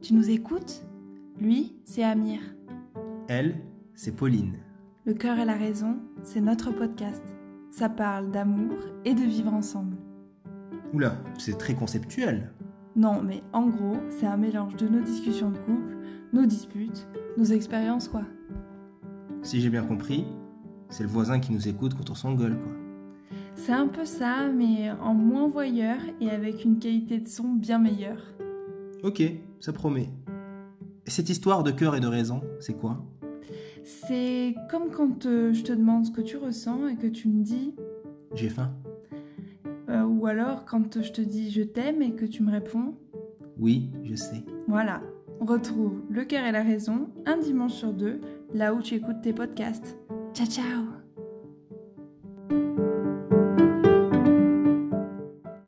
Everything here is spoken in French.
Tu nous écoutes ? Lui, c'est Amir. Elle, c'est Pauline. Le cœur et la raison, c'est notre podcast. Ça parle d'amour et de vivre ensemble. Oula, c'est très conceptuel. Non, mais en gros, c'est un mélange de nos discussions de couple, nos disputes, nos expériences, quoi. Si j'ai bien compris, c'est le voisin qui nous écoute quand on s'engueule, quoi. C'est un peu ça, mais en moins voyeur et avec une qualité de son bien meilleure. Ok, ça promet. Et cette histoire de cœur et de raison, c'est quoi ? C'est comme quand je te demande ce que tu ressens et que tu me dis... J'ai faim. Ou alors quand je te dis je t'aime et que tu me réponds... Oui, je sais. Voilà, on retrouve Le cœur et la raison un dimanche sur deux, là où tu écoutes tes podcasts. Ciao ciao.